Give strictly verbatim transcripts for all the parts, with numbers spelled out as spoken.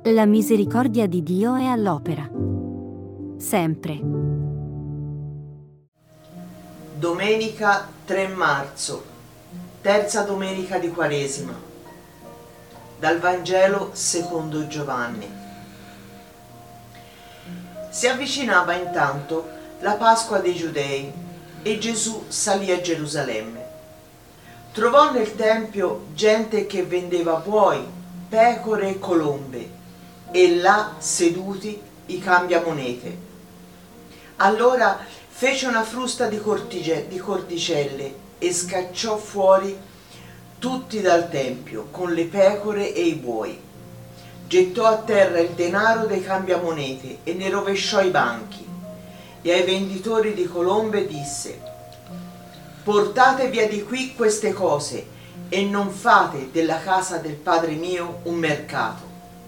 La misericordia di Dio è all'opera. Sempre. Domenica tre marzo, terza domenica di Quaresima. Dal Vangelo secondo Giovanni. Si avvicinava intanto la Pasqua dei Giudei e Gesù salì a Gerusalemme. Trovò nel Tempio gente che vendeva buoi, pecore e colombe, e là seduti i cambiamonete. Allora fece una frusta di, cortige, di cordicelle e scacciò fuori tutti dal Tempio con le pecore e i buoi. Gettò a terra il denaro dei cambiamonete e ne rovesciò i banchi, e ai venditori di colombe disse: portate via di qui queste cose e non fate della casa del Padre mio un mercato.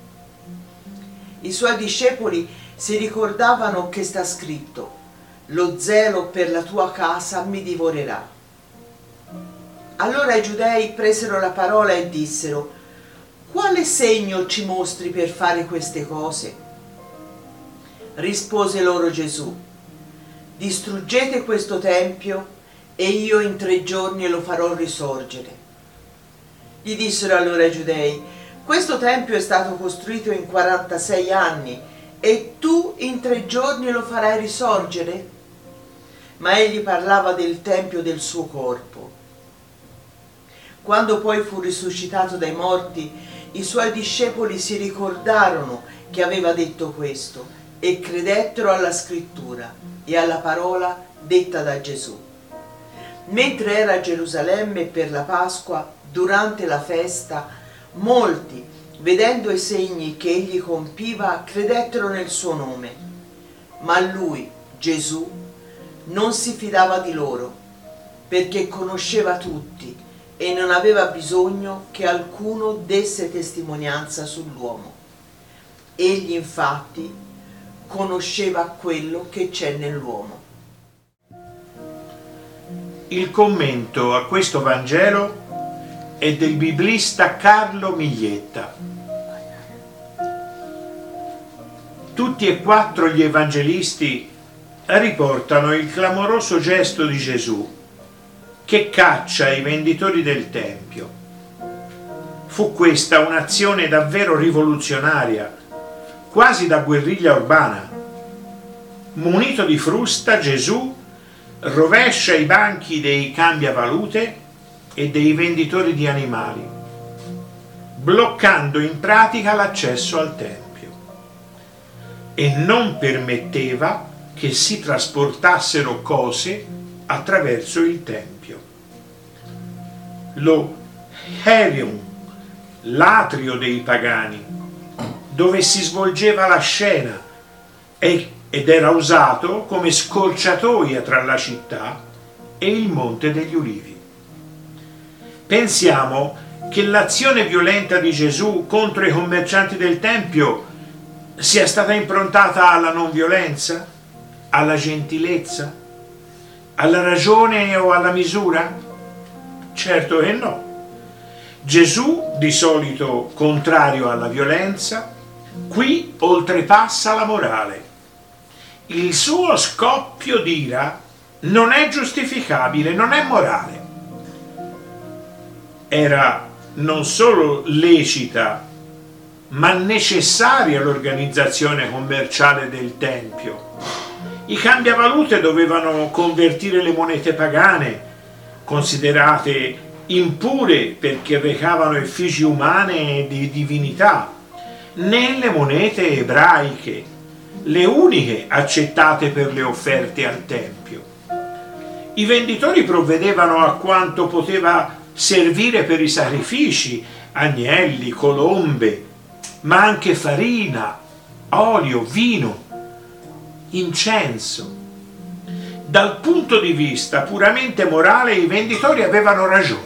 I suoi discepoli si ricordavano che sta scritto: lo zelo per la tua casa mi divorerà. Allora i giudei presero la parola e dissero: quale segno ci mostri per fare queste cose? Rispose loro Gesù: distruggete questo tempio e io in tre giorni lo farò risorgere. Gli dissero allora i giudei: questo tempio è stato costruito in quarantasei anni e tu in tre giorni lo farai risorgere? Ma egli parlava del tempio del suo corpo. Quando poi fu risuscitato dai morti, i suoi discepoli si ricordarono che aveva detto questo e credettero alla scrittura e alla parola detta da Gesù. Mentre era a Gerusalemme per la Pasqua, durante la festa, molti, vedendo i segni che egli compiva, credettero nel suo nome. Ma lui, Gesù, non si fidava di loro, perché conosceva tutti e non aveva bisogno che alcuno desse testimonianza sull'uomo. Egli infatti conosceva quello che c'è nell'uomo. Il commento a questo Vangelo è del biblista Carlo Miglietta. Tutti e quattro gli evangelisti riportano il clamoroso gesto di Gesù che caccia i venditori del Tempio. Fu questa un'azione davvero rivoluzionaria, quasi da guerriglia urbana. Munito di frusta, Gesù rovescia i banchi dei cambiavalute e dei venditori di animali, bloccando in pratica l'accesso al Tempio, e non permetteva che si trasportassero cose attraverso il Tempio. Lo Helium, l'atrio dei pagani, dove si svolgeva la scena ed era usato come scorciatoia tra la città e il Monte degli Ulivi. Pensiamo che l'azione violenta di Gesù contro i commercianti del Tempio sia stata improntata alla non violenza, alla gentilezza, alla ragione o alla misura? Certo che no. Gesù, di solito contrario alla violenza, qui oltrepassa la morale. Il suo scoppio d'ira non è giustificabile, non è morale. Era non solo lecita, ma necessaria l'organizzazione commerciale del Tempio. I cambiavalute dovevano convertire le monete pagane, considerate impure perché recavano effigie umane e di divinità, nelle monete ebraiche, le uniche accettate per le offerte al Tempio. I venditori provvedevano a quanto poteva servire per i sacrifici, agnelli, colombe, ma anche farina, olio, vino, incenso. Dal punto di vista puramente morale i venditori avevano ragione,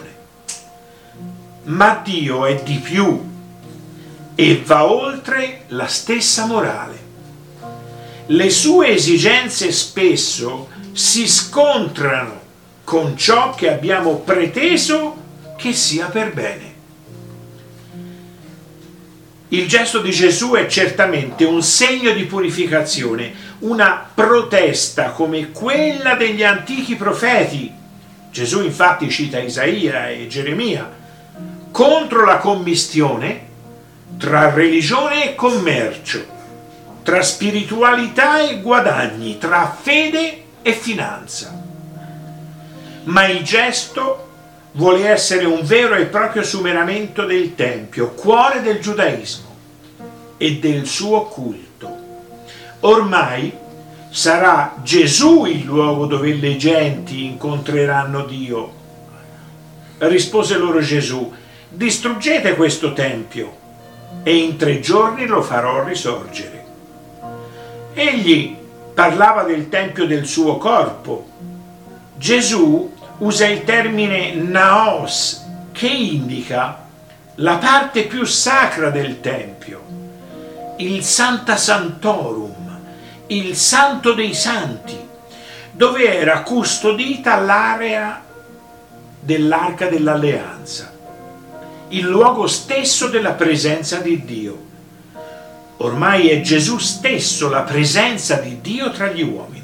ma Dio è di più e va oltre la stessa morale. Le sue esigenze spesso si scontrano con ciò che abbiamo preteso che sia per bene. Il gesto di Gesù è certamente un segno di purificazione, una protesta come quella degli antichi profeti. Gesù infatti cita Isaia e Geremia contro la commistione tra religione e commercio, tra spiritualità e guadagni, tra fede e finanza. Ma il gesto vuole essere un vero e proprio superamento del Tempio, cuore del giudaismo e del suo culto. Ormai sarà Gesù il luogo dove le genti incontreranno Dio. Rispose loro Gesù: distruggete questo Tempio e in tre giorni lo farò risorgere. Egli parlava del Tempio del suo corpo. Gesù usa il termine naos, che indica la parte più sacra del Tempio, il Sancta Sanctorum, il Santo dei Santi, dove era custodita l'area dell'Arca dell'Alleanza, il luogo stesso della presenza di Dio. Ormai è Gesù stesso la presenza di Dio tra gli uomini.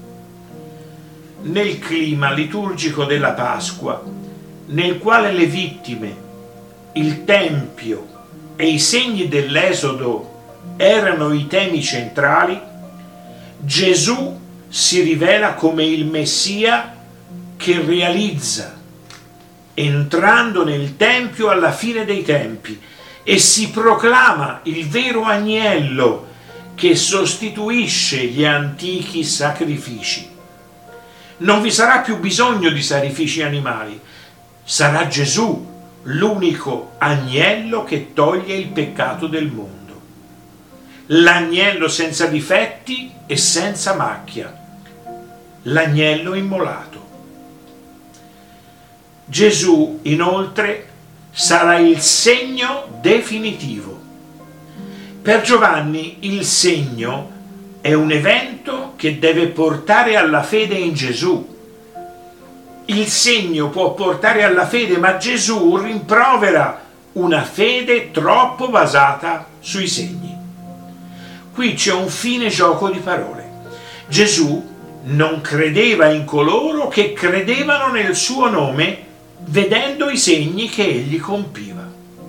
Nel clima liturgico della Pasqua, nel quale le vittime, il Tempio e i segni dell'Esodo erano i temi centrali, Gesù si rivela come il Messia che realizza, entrando nel Tempio alla fine dei tempi, e si proclama il vero agnello che sostituisce gli antichi sacrifici. Non vi sarà più bisogno di sacrifici animali, sarà Gesù l'unico agnello che toglie il peccato del mondo, l'agnello senza difetti e senza macchia, l'agnello immolato. Gesù inoltre sarà il segno definitivo. Per Giovanni il segno è un evento che deve portare alla fede in Gesù. Il segno può portare alla fede, ma Gesù rimprovera una fede troppo basata sui segni. Qui c'è un fine gioco di parole. Gesù non credeva in coloro che credevano nel suo nome, vedendo i segni che egli compiva.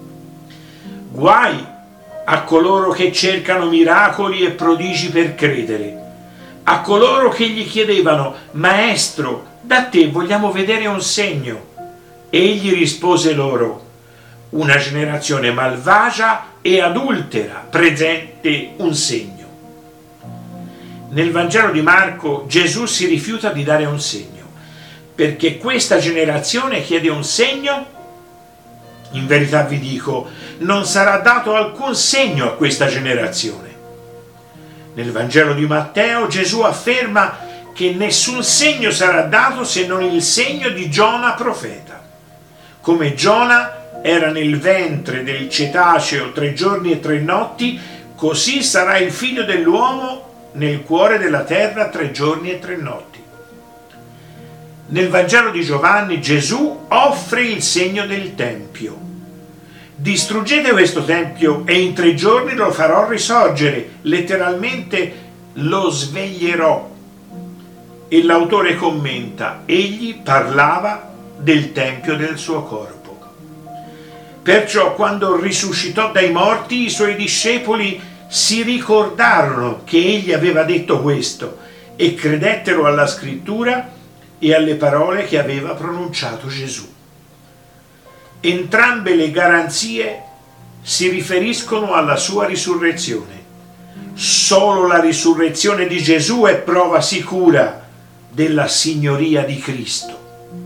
Guai a coloro che cercano miracoli e prodigi per credere, a coloro che gli chiedevano: Maestro, da te vogliamo vedere un segno. Egli rispose loro: una generazione malvagia e adultera presente un segno. Nel Vangelo di Marco Gesù si rifiuta di dare un segno, perché questa generazione chiede un segno. In verità vi dico, non sarà dato alcun segno a questa generazione. Nel Vangelo di Matteo Gesù afferma che nessun segno sarà dato se non il segno di Giona profeta. Come Giona era nel ventre del cetaceo tre giorni e tre notti, così sarà il figlio dell'uomo nel cuore della terra tre giorni e tre notti. Nel Vangelo di Giovanni Gesù offre il segno del Tempio. Distruggete questo Tempio e in tre giorni lo farò risorgere, letteralmente lo sveglierò. E l'autore commenta: egli parlava del Tempio del suo corpo. Perciò quando risuscitò dai morti i suoi discepoli si ricordarono che egli aveva detto questo e credettero alla scrittura e alle parole che aveva pronunciato Gesù. Entrambe le garanzie si riferiscono alla sua risurrezione. Solo la risurrezione di Gesù è prova sicura della signoria di Cristo.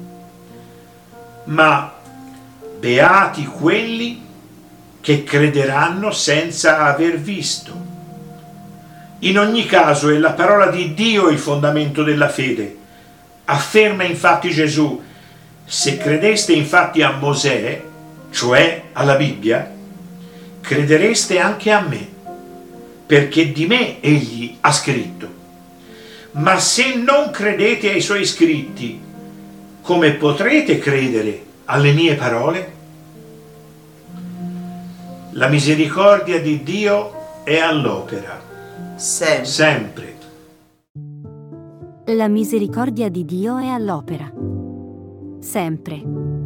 Ma beati quelli che crederanno senza aver visto. In ogni caso è la parola di Dio il fondamento della fede. Afferma infatti Gesù: se credeste infatti a Mosè, cioè alla Bibbia, credereste anche a me, perché di me egli ha scritto. Ma se non credete ai suoi scritti, come potrete credere alle mie parole? La misericordia di Dio è all'opera, sempre. sempre. La misericordia di Dio è all'opera. Sempre.